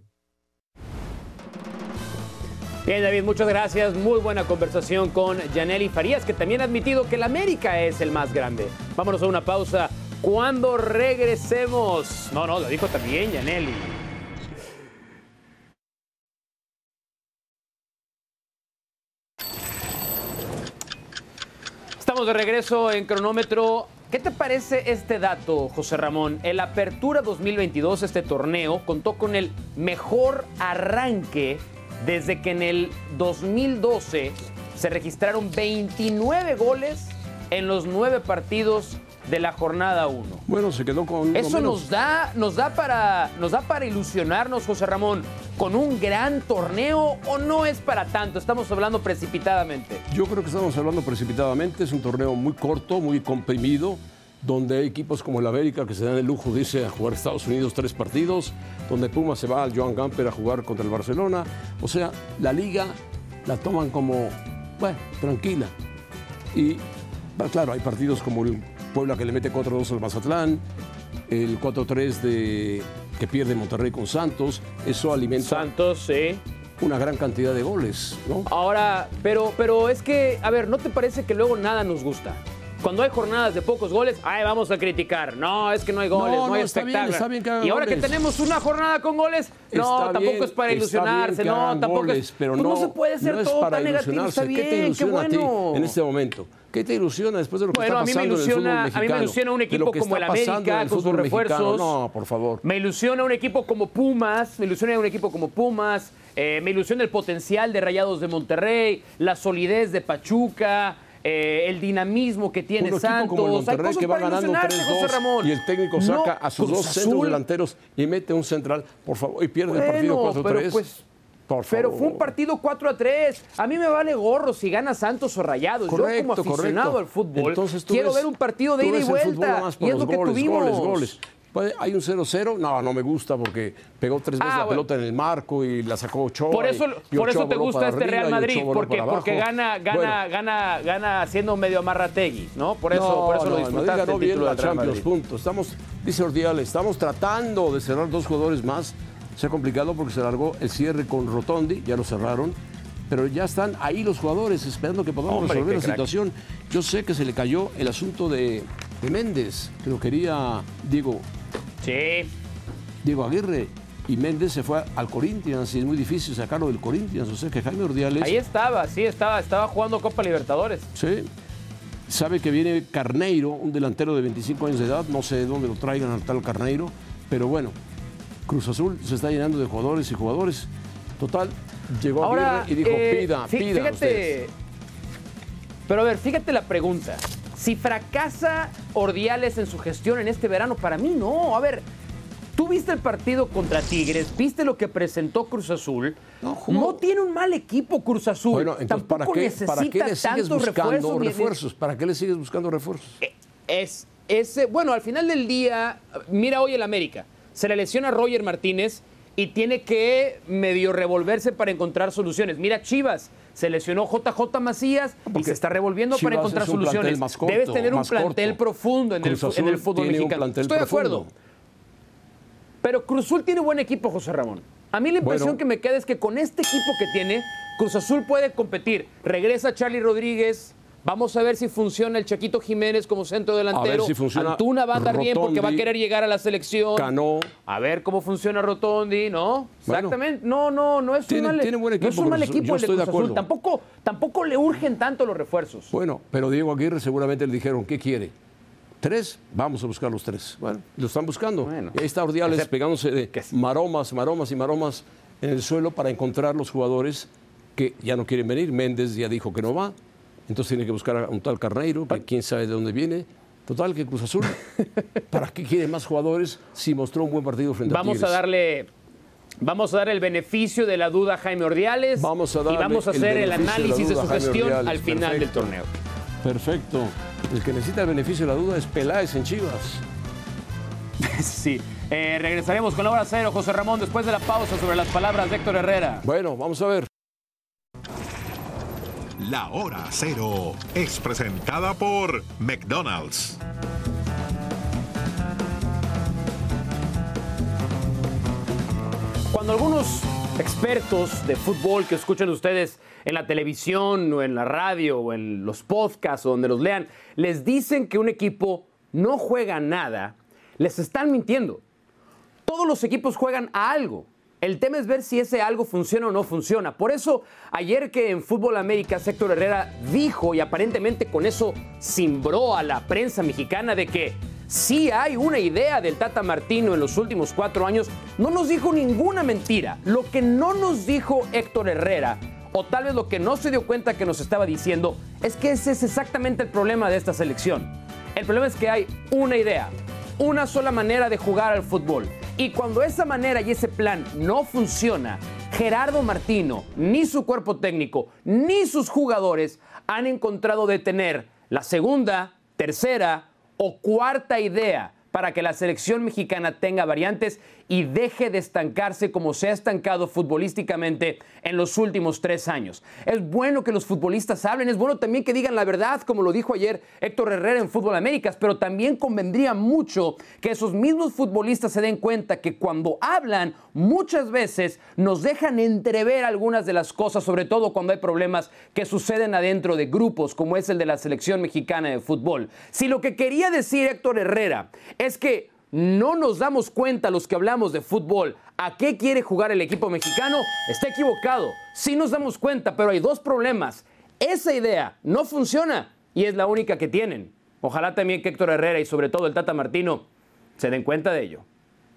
C: Bien, David, muchas gracias. Muy buena conversación con Yanely Farías, que también ha admitido que el América es el más grande. Vámonos a una pausa. Cuando regresemos... No, lo dijo también Yanely. Estamos de regreso en Cronómetro. ¿Qué te parece este dato, José Ramón? El Apertura 2022, este torneo, contó con el mejor arranque desde que en el 2012 se registraron 29 goles en los 9 partidos de la jornada 1.
B: Bueno, se quedó con...
C: Eso nos da para ilusionarnos, José Ramón, con un gran torneo, ¿o no es para tanto? Estamos hablando precipitadamente.
B: Yo creo que estamos hablando precipitadamente. Es un torneo muy corto, muy comprimido, donde hay equipos como el América que se dan el lujo de irse a jugar a Estados Unidos 3 partidos, donde Puma se va al Joan Gamper a jugar contra el Barcelona. O sea, la liga la toman como, bueno, tranquila. Y, claro, hay partidos como el Puebla que le mete 4-2 al Mazatlán, el 4-3 que pierde Monterrey con Santos. Eso alimenta...
C: Santos, sí.
B: Una gran cantidad de goles, ¿no?
C: Ahora, pero es que, a ver, ¿no te parece que luego nada nos gusta? Cuando hay jornadas de pocos goles, vamos a criticar. No, es que no hay goles, no hay espectáculo.
B: Está bien que hagan
C: y ahora
B: goles.
C: Que tenemos una jornada con goles, tampoco es para ilusionarse.
B: No,
C: tampoco
B: goles, pero
C: no se puede ser todo tan negativo. Está bien,
B: ¿Qué te ilusiona
C: qué bueno
B: a ti en este momento? ¿Qué te ilusiona después de lo que está pasando en el fútbol mexicano?
C: A mí me ilusiona un equipo como el América con sus refuerzos.
B: No, por favor.
C: Me ilusiona un equipo como Pumas. Me ilusiona el potencial de Rayados de Monterrey, la solidez de Pachuca. El dinamismo que tiene
B: un
C: Santos.
B: Como el Monterrey que va ganando 3-2 y el técnico saca a sus dos centros delanteros y mete un central, por favor, y pierde el partido 4-3.
C: Pero fue un partido 4-3. A mí me vale gorro si gana Santos o Rayados. Yo como aficionado al fútbol quiero ver un partido de ida y vuelta. Y es lo que tuvimos.
B: Goles. Hay un 0-0, no me gusta porque pegó 3 veces la pelota en el marco y la sacó Ochoa.
C: Por eso te gusta este Real Madrid, porque gana siendo medio amarrategui, ¿no? Por eso lo disfrutaste.
B: Ganó bien la Champions, punto. Dice Ordiales, estamos tratando de cerrar 2 jugadores más. Se ha complicado porque se largó el cierre con Rotondi, ya lo cerraron. Pero ya están ahí los jugadores esperando que podamos resolver la situación. Yo sé que se le cayó el asunto de Méndez, que lo quería Diego Aguirre, y Méndez se fue al Corinthians y es muy difícil sacarlo del Corinthians. O sea que Jaime Ordiales...
C: Ahí estaba jugando Copa Libertadores.
B: Sí, sabe que viene Carneiro, un delantero de 25 años de edad, no sé de dónde lo traigan al tal Carneiro, pero bueno, Cruz Azul se está llenando de jugadores y jugadores. Total, llegó
C: Ahora,
B: Aguirre y dijo, pida
C: fíjate,
B: ustedes.
C: pero a ver, fíjate la pregunta. Si fracasa Ordiales en su gestión en este verano, para mí no. A ver, tú viste el partido contra Tigres, viste lo que presentó Cruz Azul. No tiene un mal equipo Cruz Azul.
B: Bueno, entonces,
C: Tampoco
B: ¿para qué le sigues buscando refuerzos?
C: Ni...
B: ¿Para qué le sigues buscando refuerzos?
C: Bueno, al final del día, mira hoy el América. Se le lesiona a Roger Martínez y tiene que medio revolverse para encontrar soluciones. Mira Chivas, se lesionó JJ Macías y se está revolviendo
B: Chivas
C: para encontrar soluciones.
B: Corto,
C: debes tener un plantel profundo en el fútbol mexicano. Estoy de acuerdo. Pero Cruz Azul tiene buen equipo, José Ramón. A mí la impresión que me queda es que con este equipo que tiene, Cruz Azul puede competir. Regresa Charly Rodríguez. Vamos a ver si funciona el Chaquito Jiménez como centro delantero.
B: A ver si funciona
C: Antuna va a andar
B: Rotondi,
C: bien porque va a querer llegar a la selección.
B: Cano.
C: A ver cómo funciona Rotondi, ¿no? Exactamente. No es un mal
B: equipo.
C: No es un mal equipo el de Cruz Azul. Tampoco le urgen tanto los refuerzos.
B: Bueno, pero Diego Aguirre seguramente le dijeron, ¿qué quiere? 3, vamos a buscar los 3. Bueno, lo están buscando. Bueno, y ahí está Ordiales pegándose de maromas en el suelo para encontrar los jugadores que ya no quieren venir. Méndez ya dijo que no va. Entonces tiene que buscar a un tal Carneiro, que quién sabe de dónde viene. Total, que Cruz Azul, ¿para qué quiere más jugadores si mostró un buen partido frente a Tigres?
C: Vamos a dar el beneficio de la duda a Jaime Ordiales y vamos a hacer el análisis de su gestión al final del torneo.
B: Perfecto. El que necesita el beneficio de la duda es Peláez en Chivas.
C: Sí. Regresaremos con la hora cero, José Ramón, después de la pausa sobre las palabras de Héctor Herrera.
B: Bueno, vamos a ver.
A: La hora cero es presentada por McDonald's.
C: Cuando algunos expertos de fútbol que escuchan ustedes en la televisión o en la radio o en los podcasts o donde los lean, les dicen que un equipo no juega nada, les están mintiendo. Todos los equipos juegan a algo. El tema es ver si ese algo funciona o no funciona. Por eso, ayer que en Fútbol América Héctor Herrera dijo, y aparentemente con eso cimbró a la prensa mexicana, de que sí hay una idea del Tata Martino en los últimos 4 años, no nos dijo ninguna mentira. Lo que no nos dijo Héctor Herrera, o tal vez lo que no se dio cuenta que nos estaba diciendo, es que ese es exactamente el problema de esta selección. El problema es que hay una idea, una sola manera de jugar al fútbol. Y cuando esa manera y ese plan no funciona, Gerardo Martino, ni su cuerpo técnico, ni sus jugadores han encontrado de tener la segunda, tercera o cuarta idea para que la selección mexicana tenga variantes y deje de estancarse como se ha estancado futbolísticamente en los últimos 3 años. Es bueno que los futbolistas hablen, es bueno también que digan la verdad, como lo dijo ayer Héctor Herrera en Fútbol Américas, pero también convendría mucho que esos mismos futbolistas se den cuenta que cuando hablan, muchas veces nos dejan entrever algunas de las cosas, sobre todo cuando hay problemas que suceden adentro de grupos, como es el de la selección mexicana de fútbol. Si lo que quería decir Héctor Herrera es que no nos damos cuenta los que hablamos de fútbol a qué quiere jugar el equipo mexicano, está equivocado. Sí nos damos cuenta, pero hay 2 problemas. Esa idea no funciona y es la única que tienen. Ojalá también que Héctor Herrera y sobre todo el Tata Martino se den cuenta de ello.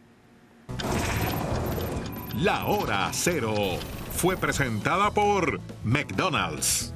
A: La hora cero fue presentada por McDonald's.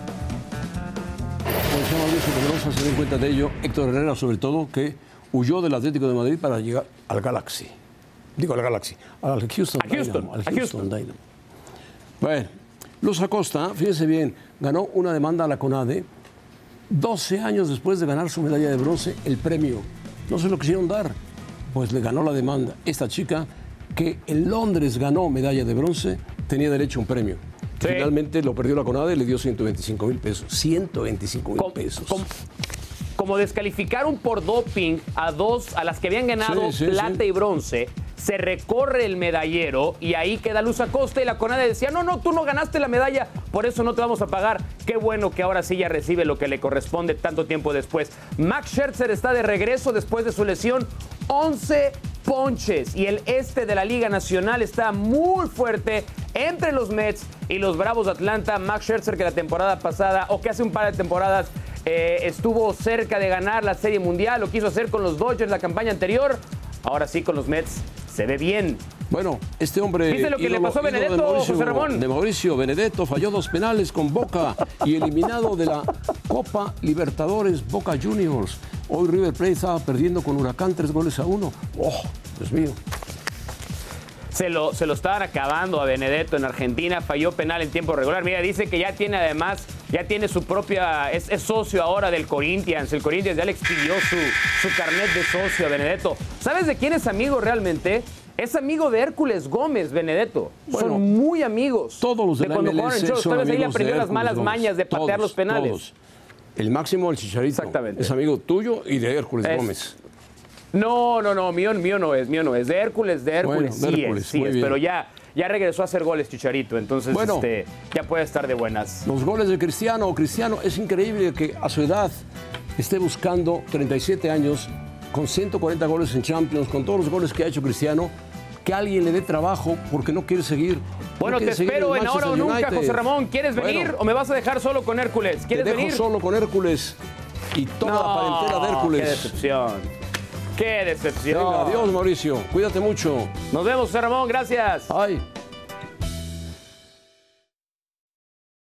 B: Pues se den cuenta de ello. Héctor Herrera, sobre todo, que huyó del Atlético de Madrid para llegar al Galaxy. Digo al Galaxy, al Houston Dynamo. Bueno, Luz Acosta, fíjese bien, ganó una demanda a la CONADE 12 años después de ganar su medalla de bronce, el premio. No se lo quisieron dar, pues le ganó la demanda. Esta chica, que en Londres ganó medalla de bronce, tenía derecho a un premio. Sí. Finalmente lo perdió la CONADE y le dio 125,000 pesos. 125,000 pesos.
C: Como descalificaron por doping a las que habían ganado plata y bronce, se recorre el medallero y ahí queda Luz Acosta y la CONADE decía, no, tú no ganaste la medalla, por eso no te vamos a pagar. Qué bueno que ahora sí ya recibe lo que le corresponde tanto tiempo después. Max Scherzer está de regreso después de su lesión, 11 ponches y el este de la Liga Nacional está muy fuerte entre los Mets y los Bravos de Atlanta. Max Scherzer, que la temporada pasada, o que hace un par de temporadas, estuvo cerca de ganar la Serie Mundial, lo quiso hacer con los Dodgers la campaña anterior, ahora sí con los Mets se ve bien.
B: Bueno, este hombre...
C: ¿Viste lo que le pasó a Benedetto, José Ramón?
B: De Mauricio Benedetto falló 2 penales con Boca y eliminado de la Copa Libertadores Boca Juniors. Hoy River Plate estaba perdiendo con Huracán 3-1. ¡Oh, Dios mío!
C: Se lo estaban acabando a Benedetto en Argentina, falló penal en tiempo regular. Mira, dice que ya tiene su propia, es socio ahora del Corinthians. El Corinthians ya le expidió su carnet de socio a Benedetto. ¿Sabes de quién es amigo realmente? Es amigo de Hércules Gómez, Benedetto.
B: Bueno,
C: son muy amigos.
B: Todos los de la
C: cuando jugaron en
B: MLS
C: Cholos.
B: son
C: Tal vez ahí le
B: amigos de
C: aprendió las
B: Hércules
C: malas
B: Gómez.
C: mañas de patear los penales.
B: Todos. El Máximo, el Chicharito.
C: Exactamente.
B: Es amigo tuyo y de Hércules Gómez.
C: No, mío no es. De Hércules,
B: Bueno,
C: sí
B: de Hércules,
C: es.
B: muy bien.
C: Pero ya regresó a hacer goles Chicharito, entonces
B: Bueno.
C: ya puede estar de buenas.
B: Los goles de Cristiano, es increíble que a su edad esté buscando 37 años, con 140 goles en Champions, con todos los goles que ha hecho Cristiano, que alguien le dé trabajo porque no quiere seguir.
C: Bueno, te espero en Ahora o Nunca, José Ramón. ¿Quieres venir o me vas a dejar solo con Hércules? ¿Quieres
B: te
C: venir?
B: dejo solo con Hércules y toda la parentela de Hércules.
C: Qué decepción. Qué decepción.
B: Venga, adiós, Mauricio. Cuídate mucho.
C: Nos vemos, José Ramón. Gracias.
B: Ay.